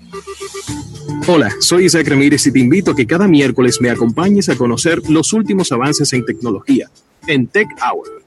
Hola, soy Isaac Ramírez y te invito a que cada miércoles me acompañes a conocer los últimos avances en tecnología en Tech Hour.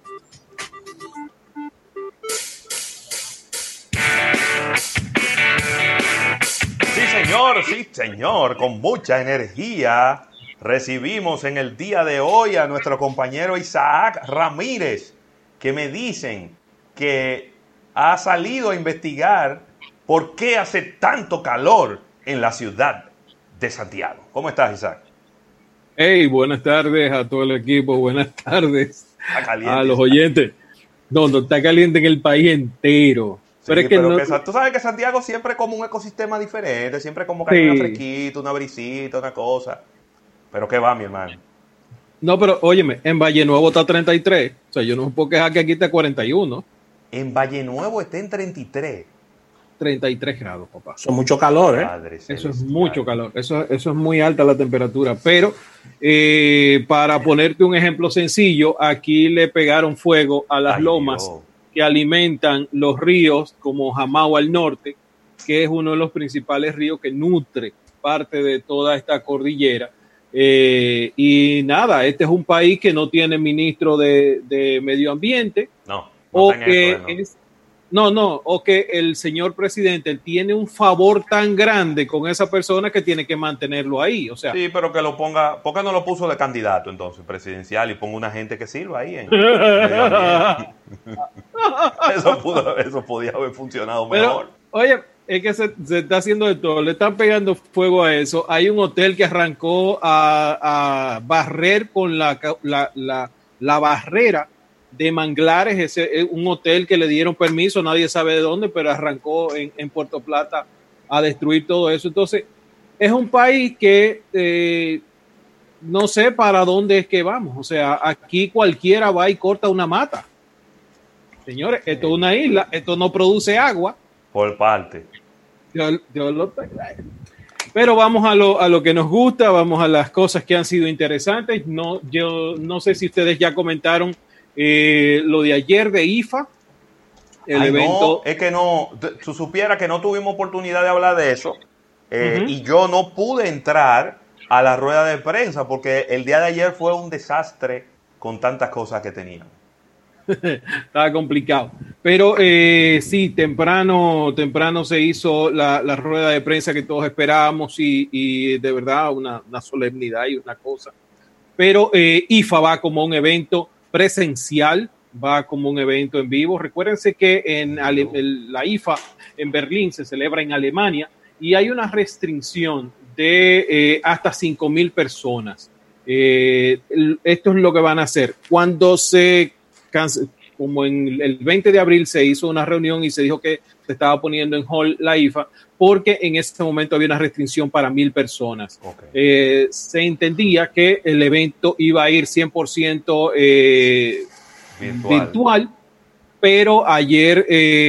Sí señor, con mucha energía recibimos en el día de hoy a nuestro compañero Isaac Ramírez, que me dicen que ha salido a investigar por qué hace tanto calor en la ciudad de Santiago. ¿Cómo estás, Isaac? Hey, buenas tardes a todo el equipo, buenas tardes a los oyentes. No, está caliente en el país entero. Sí, pero es que tú sabes que Santiago siempre es como un ecosistema diferente, siempre como que hay una fresquita, una brisita, una cosa. Pero ¿qué va, mi hermano? No, pero óyeme, en Valle Nuevo está 33. O sea, yo no me puedo quejar que aquí está 41. En Valle Nuevo está en 33. 33 grados, papá. Eso es mucho calor, ¿eh? Eso es mucho calor. Eso es muy alta la temperatura. Pero para ponerte un ejemplo sencillo, aquí le pegaron fuego a las lomas que alimentan los ríos como Jamao al norte, que es uno de los principales ríos que nutre parte de toda esta cordillera. Y nada, este es un país que no tiene ministro de medio ambiente. O que el señor presidente tiene un favor tan grande con esa persona que tiene que mantenerlo ahí. O sea, sí, pero que lo ponga, ¿por qué no lo puso de candidato entonces presidencial y ponga una gente que sirva ahí? Eso podía haber funcionado mejor. Pero, oye, es que se está haciendo de todo, le están pegando fuego a eso. Hay un hotel que arrancó a barrer con la barrera de manglares. Es un hotel que le dieron permiso, nadie sabe de dónde, pero arrancó en Puerto Plata a destruir todo eso. Entonces, es un país que no sé para dónde es que vamos. O sea, aquí cualquiera va y corta una mata. Señores, esto es una isla, esto no produce agua. Por parte. Pero vamos a lo que nos gusta, vamos a las cosas que han sido interesantes. Yo no sé si ustedes ya comentaron lo de ayer de IFA, el evento. No, es que no, tú supieras que no tuvimos oportunidad de hablar de eso, y yo no pude entrar a la rueda de prensa porque el día de ayer fue un desastre con tantas cosas que teníamos. Estaba complicado, pero sí, temprano se hizo la rueda de prensa que todos esperábamos y de verdad una solemnidad y una cosa. Pero IFA va como un evento presencial, va como un evento en vivo. Recuérdense que la IFA en Berlín se celebra en Alemania y hay una restricción de hasta 5,000 personas. Esto es lo que van a hacer. Cuando como en el 20 de abril se hizo una reunión y se dijo que se estaba poniendo en hold la IFA porque en ese momento había una restricción para 1,000 personas. Okay. Se entendía que el evento iba a ir 100% virtual, pero ayer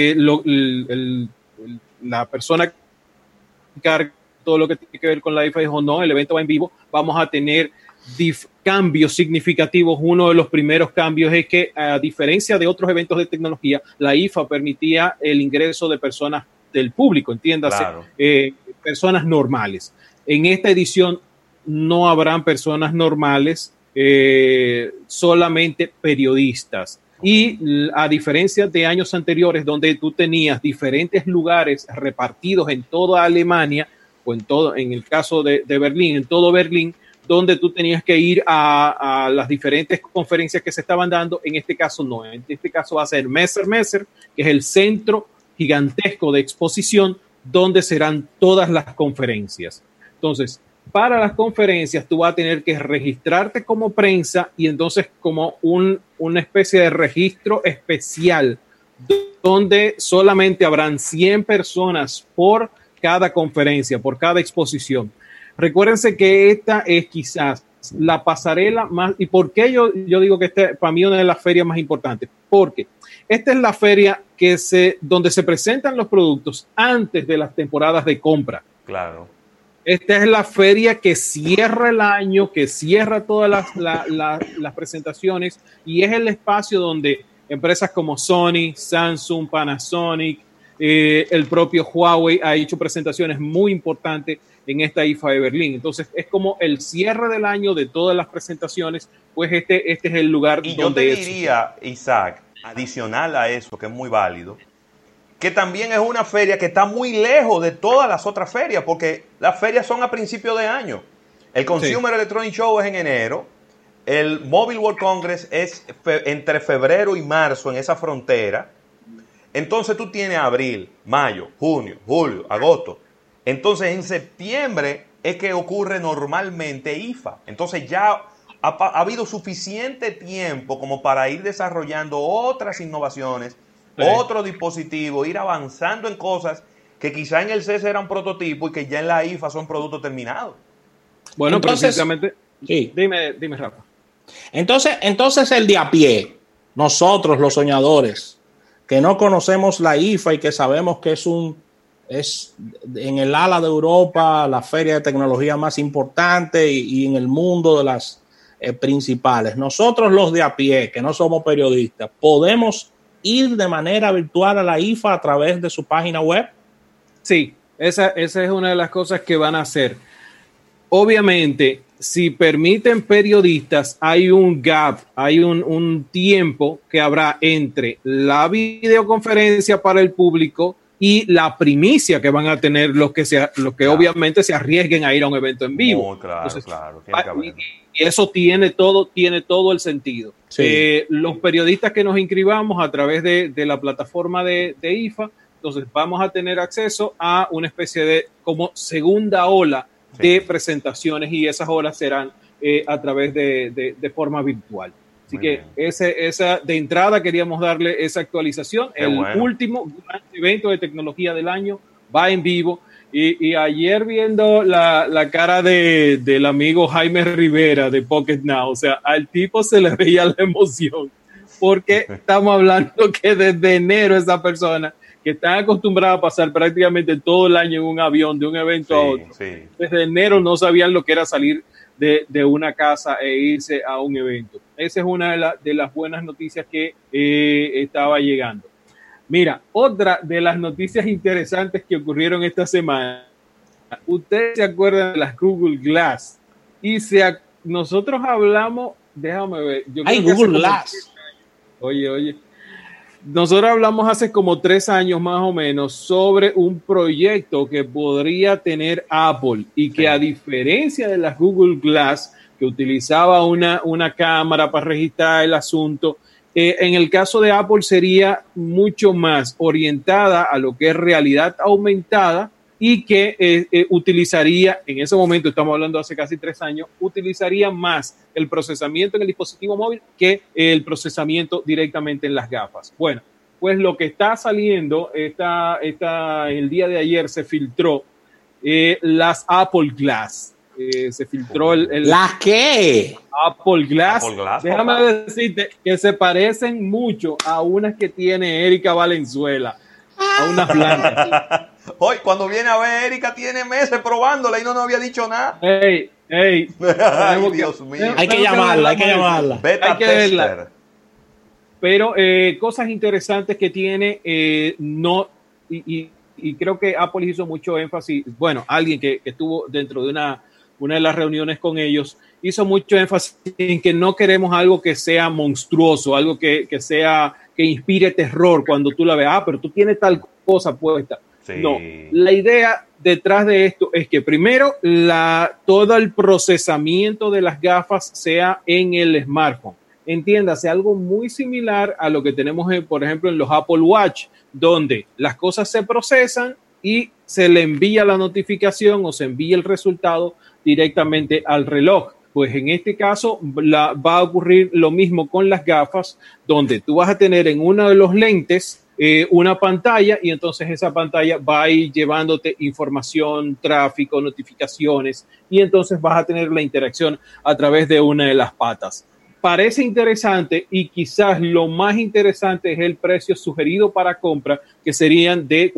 la persona que encarga todo lo que tiene que ver con la IFA dijo, no, el evento va en vivo, vamos a tener cambios significativos. Uno de los primeros cambios es que, a diferencia de otros eventos de tecnología, la IFA permitía el ingreso de personas del público, entiéndase, claro. Personas normales. En esta edición no habrán personas normales, solamente periodistas. Y a diferencia de años anteriores, donde tú tenías diferentes lugares repartidos en toda Alemania, o en el caso de Berlín, en todo Berlín, donde tú tenías que ir a las diferentes conferencias que se estaban dando. En este caso no, en este caso va a ser Messer, que es el centro gigantesco de exposición donde serán todas las conferencias. Entonces, para las conferencias tú vas a tener que registrarte como prensa y entonces como una especie de registro especial donde solamente habrán 100 personas por cada conferencia, por cada exposición. Recuérdense que esta es quizás la pasarela más, y por qué yo digo que esta para mí una de las ferias más importantes, porque esta es la feria donde se presentan los productos antes de las temporadas de compra. Claro. Esta es la feria que cierra el año, que cierra todas las presentaciones, y es el espacio donde empresas como Sony, Samsung, Panasonic, El propio Huawei ha hecho presentaciones muy importantes en esta IFA de Berlín. Entonces, es como el cierre del año de todas las presentaciones, pues este es el lugar y donde... yo te diría, Isaac, adicional a eso, que es muy válido, que también es una feria que está muy lejos de todas las otras ferias, porque las ferias son a principio de año. El Consumer Electronic Show es en enero, el Mobile World Congress es entre febrero y marzo en esa frontera. Entonces tú tienes abril, mayo, junio, julio, agosto. Entonces en septiembre es que ocurre normalmente IFA. Entonces ya ha habido suficiente tiempo como para ir desarrollando otras innovaciones, otro dispositivo, ir avanzando en cosas que quizá en el CES eran prototipos y que ya en la IFA son productos terminados. Bueno, entonces, precisamente, sí. Dime, Rafa. Entonces el de a pie, nosotros los soñadores, que no conocemos la IFA y que sabemos que es en el ala de Europa la feria de tecnología más importante y en el mundo de las principales. Nosotros los de a pie, que no somos periodistas, podemos ir de manera virtual a la IFA a través de su página web. Sí, esa es una de las cosas que van a hacer. Obviamente, si permiten periodistas, hay un gap, hay un tiempo que habrá entre la videoconferencia para el público y la primicia que van a tener los que obviamente se arriesguen a ir a un evento en vivo. Muy claro, entonces, claro. Y eso tiene todo el sentido. Sí. Los periodistas que nos inscribamos a través de la plataforma de IFA, entonces vamos a tener acceso a una especie de como segunda ola de presentaciones, y esas horas serán a través de forma virtual. Así muy que esa de entrada queríamos darle esa actualización. Qué último gran evento de tecnología del año va en vivo. Y ayer viendo la cara del amigo Jaime Rivera de Pocket Now, o sea, al tipo se le veía la emoción, porque estamos hablando que desde enero esa persona que están acostumbrados a pasar prácticamente todo el año en un avión de un evento a otro, desde enero no sabían lo que era salir de una casa e irse a un evento. Esa es una de las buenas noticias que estaba llegando. Mira, otra de las noticias interesantes que ocurrieron esta semana, ustedes se acuerdan de las Google Glass, y nosotros hablamos, déjame ver. Google Glass. Oye. Nosotros hablamos hace como 3 años más o menos sobre un proyecto que podría tener Apple y que a diferencia de las Google Glass, que utilizaba una cámara para registrar el asunto, en el caso de Apple sería mucho más orientada a lo que es realidad aumentada y que utilizaría, en ese momento estamos hablando hace casi 3 años, utilizaría más el procesamiento en el dispositivo móvil que el procesamiento directamente en las gafas. Bueno, pues lo que está saliendo, el día de ayer se filtró las Apple Glass. Se filtró ¿Las qué? Apple Glass. Déjame decirte que se parecen mucho a unas que tiene Erika Valenzuela, a unas blancas. Hoy, cuando viene a ver, Erika tiene meses probándola y no nos había dicho nada. Ay, Dios mío. Hay que llamarla. Beta tester. Pero cosas interesantes que tiene, y creo que Apple hizo mucho énfasis. Bueno, alguien que estuvo dentro de una de las reuniones con ellos hizo mucho énfasis en que no queremos algo que sea monstruoso, algo que inspire terror cuando tú la ves. Pero tú tienes tal cosa puesta. Sí. No, la idea detrás de esto es que primero todo el procesamiento de las gafas sea en el smartphone. Entiéndase, algo muy similar a lo que tenemos, por ejemplo, en los Apple Watch, donde las cosas se procesan y se le envía la notificación o se envía el resultado directamente al reloj. Pues en este caso va a ocurrir lo mismo con las gafas, donde tú vas a tener en uno de los lentes una pantalla, y entonces esa pantalla va a ir llevándote información, tráfico, notificaciones, y entonces vas a tener la interacción a través de una de las patas. Parece interesante, y quizás lo más interesante es el precio sugerido para compra, que serían de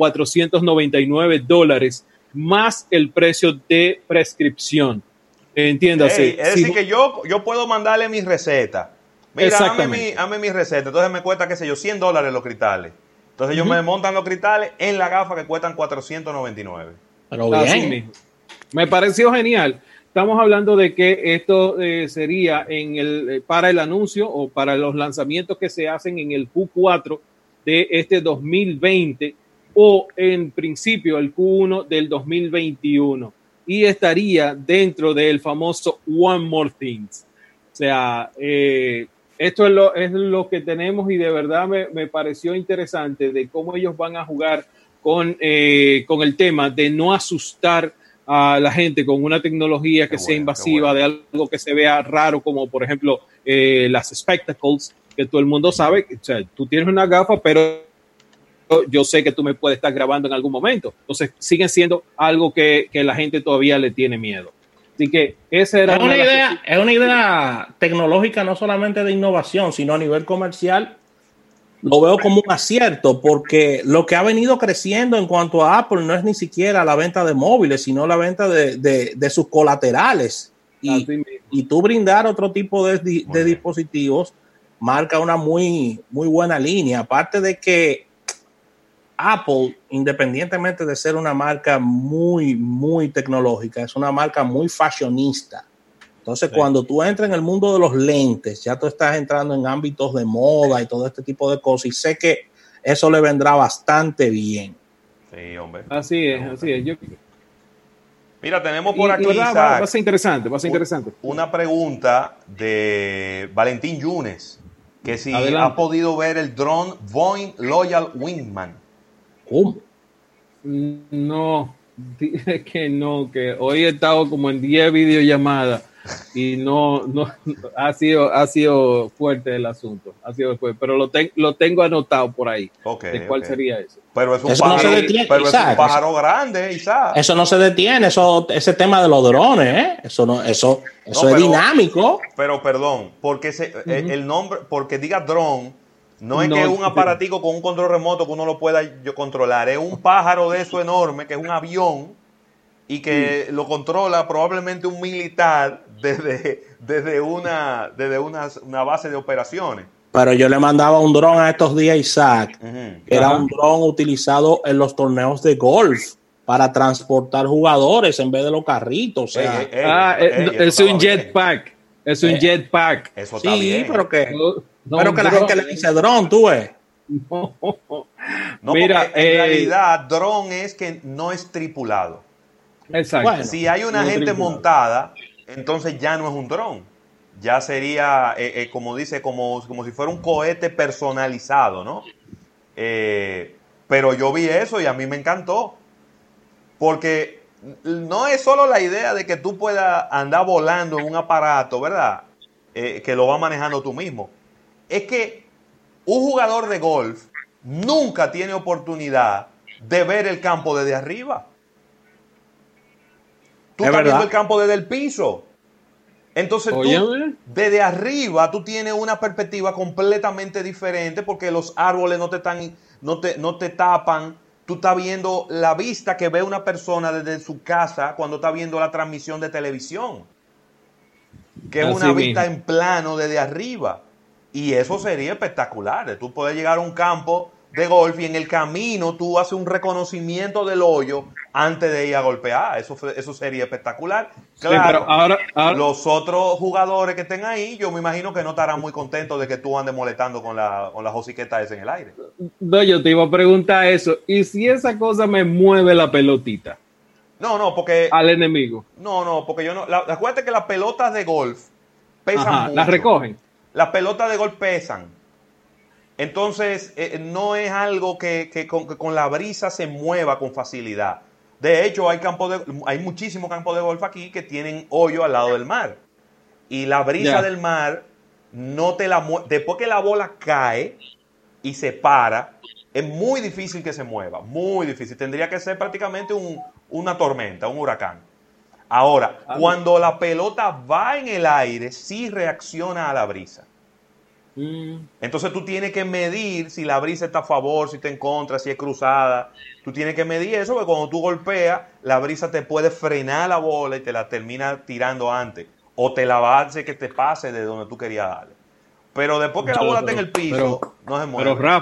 $499 más el precio de prescripción. Entiéndase. Es decir, que yo puedo mandarle mi receta. Mira, hazme mi receta. Entonces me cuesta, qué sé yo, $100 los cristales. Entonces ellos me montan los cristales en la gafa que cuestan $499. Pero bien. Así mismo. Me pareció genial. Estamos hablando de que esto sería para el anuncio o para los lanzamientos que se hacen en el Q4 de este 2020 o en principio el Q1 del 2021 y estaría dentro del famoso One More Things. O sea, esto es lo que tenemos y de verdad me pareció interesante de cómo ellos van a jugar con el tema de no asustar a la gente con una tecnología que sea invasiva, de algo que se vea raro, como por ejemplo las spectacles, que todo el mundo sabe. O sea, tú tienes una gafa, pero yo sé que tú me puedes estar grabando en algún momento. Entonces siguen siendo algo que la gente todavía le tiene miedo. Así que esa era es una idea tecnológica, no solamente de innovación, sino a nivel comercial. Lo veo como un acierto, porque lo que ha venido creciendo en cuanto a Apple no es ni siquiera la venta de móviles, sino la venta de sus colaterales. Y tú brindar otro tipo de dispositivos marca una muy, muy buena línea. Aparte de que Apple, independientemente de ser una marca muy, muy tecnológica, es una marca muy fashionista. Entonces, cuando tú entras en el mundo de los lentes, ya tú estás entrando en ámbitos de moda y todo este tipo de cosas, y sé que eso le vendrá bastante bien. Sí, hombre. Así es. Mira, tenemos por aquí, Isaac, va a ser interesante, una pregunta de Valentín Yunes, que si Adelante. ha podido ver el dron Boeing Loyal Wingman. ¿Cómo? No, dije que no, que hoy he estado como en 10 videollamadas y no ha sido fuerte el asunto, ha sido fuerte, pero lo tengo anotado por ahí. ¿De cuál sería eso? Pero es un eso pájaro, no se detiene, pero Isaac, es un pájaro grande, Isaac. Eso no se detiene, ese tema de los drones, eso es dinámico. Pero perdón, porque el nombre, porque diga drone, no es que es un aparatico con un control remoto que uno lo pueda controlar, es un pájaro de eso enorme, que es un avión y que lo controla probablemente un militar desde una base de operaciones. Pero yo le mandaba un dron a estos días, Isaac, que era un dron utilizado en los torneos de golf para transportar jugadores en vez de los carritos. O sea, es un jetpack. Es un jetpack. Eso está bien. Pero que la gente le dice dron, tú ves. No, mira, en realidad, dron es que no es tripulado. Exacto. Bueno, si hay una gente montada, entonces ya no es un dron. Ya sería, como dice, como si fuera un cohete personalizado, ¿no? Pero yo vi eso y a mí me encantó. Porque no es solo la idea de que tú puedas andar volando en un aparato, ¿verdad? Que lo va manejando tú mismo. Es que un jugador de golf nunca tiene oportunidad de ver el campo desde arriba. Tú estás viendo el campo desde el piso. Entonces tú, desde arriba, tú tienes una perspectiva completamente diferente porque los árboles no te tapan. Tú estás viendo la vista que ve una persona desde su casa cuando está viendo la transmisión de televisión. Que es una vista en plano desde arriba. Y eso sería espectacular. Tú puedes llegar a un campo de golf y en el camino tú haces un reconocimiento del hoyo antes de ir a golpear. Eso sería espectacular. Claro, sí, pero ahora los otros jugadores que estén ahí, yo me imagino que no estarán muy contentos de que tú andes molestando con la hociqueta esa en el aire. No, yo te iba a preguntar eso. ¿Y si esa cosa me mueve la pelotita? No, porque... Al enemigo. No, porque yo no... Acuérdate que las pelotas de golf pesan mucho. Las recogen. Las pelotas de golf pesan. Entonces, no es algo que con la brisa se mueva con facilidad. De hecho, hay muchísimos campos de golf aquí que tienen hoyo al lado del mar. Y la brisa del mar no te la mueve. Después que la bola cae y se para, es muy difícil que se mueva. Muy difícil. Tendría que ser prácticamente una tormenta, un huracán. Ahora, cuando la pelota va en el aire, sí reacciona a la brisa. Entonces tú tienes que medir si la brisa está a favor, si está en contra, si es cruzada. Tú tienes que medir eso, porque cuando tú golpeas, la brisa te puede frenar la bola y te la termina tirando antes. O te la va a hacer que te pase de donde tú querías darle. Pero después que la bola está en el piso, no se mueve. Pero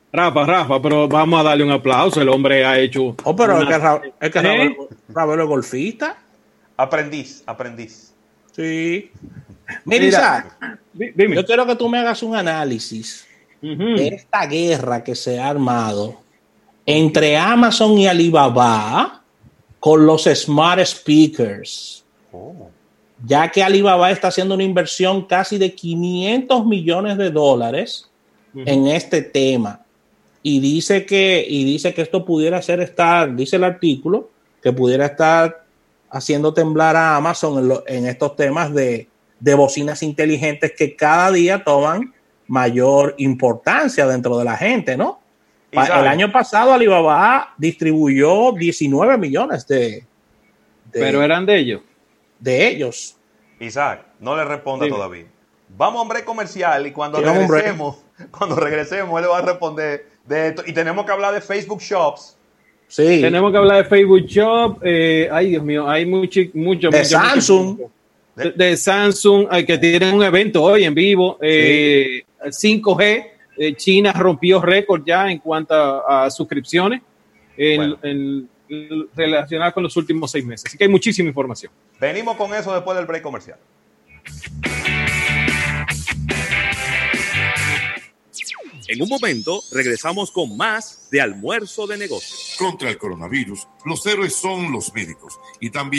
Rafa, pero vamos a darle un aplauso. El hombre ha hecho. Oh, pero es que Ravelo es golfista. Aprendiz. Sí. Mira, Isaac, dime. yo quiero que tú me hagas un análisis de esta guerra que se ha armado entre Amazon y Alibaba con los smart speakers. Oh. Ya que Alibaba está haciendo una inversión casi de $500 millones en este tema. Y dice que esto pudiera dice el artículo, que pudiera estar haciendo temblar a Amazon en estos temas de bocinas inteligentes que cada día toman mayor importancia dentro de la gente, ¿no? El año pasado Alibaba distribuyó 19 millones pero eran de ellos. De ellos. Isaac, no le responda todavía. Vamos a un break comercial y cuando regresemos él le va a responder de esto. Y tenemos que hablar de Facebook Shops. Sí. Tenemos que hablar de Facebook Shop. Ay, Dios mío, hay mucho. De Samsung. De Samsung, que tienen un evento hoy en vivo. 5G. China rompió récord ya en cuanto a suscripciones relacionadas con los últimos 6 meses. Así que hay muchísima información. Venimos con eso después del break comercial. En un momento regresamos con más de Almuerzo de Negocios. Contra el coronavirus, los héroes son los médicos y también